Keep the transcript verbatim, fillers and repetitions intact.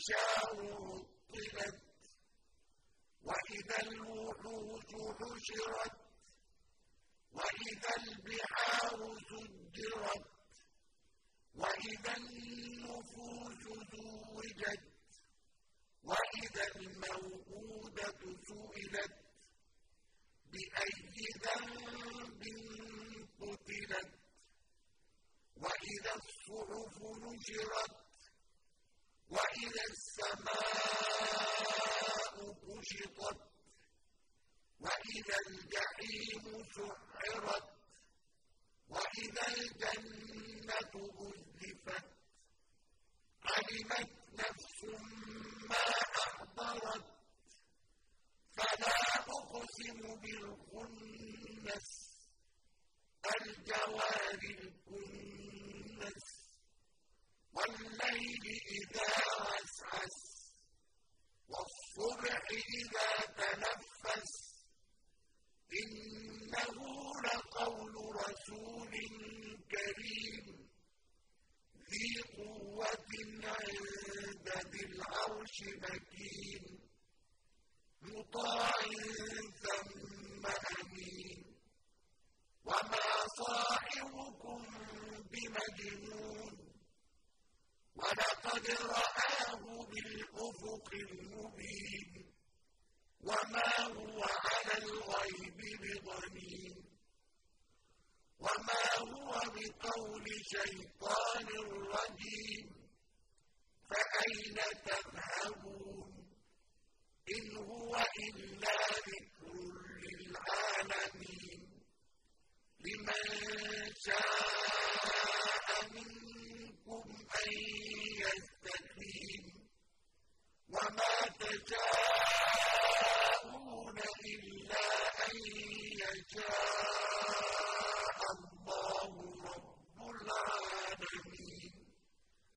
العشار عطلت وإذا الوحوش حشرت وإذا البحار سجرت وإذا النفوس زوجت وإذا الموءودة سئلت بأي ذنب قتلت وإذا الصحف نشرت وإذا السماء كشطت وإذا الجحيم سعرت وإذا الجنة أزلفت علمت نفس ما أحضرت فلا أقسم بالخنس الجوار الكنس والليل إذا عسعس والصبح إذا تنفس إنه لقول رسول كريم ذي قوة عند ذي العرش مكين مطاع ثم أمين وما صاحبكم بمجنون ولقد رآه بالأفق المبين وما هو على الغيب بضنين وما هو بقول شيطان رجيم فأين تذهبون إن هو إلا ذكر للعالمين لمن شاء منكم أن يستقيم وما تشاءون إلا أن يشاء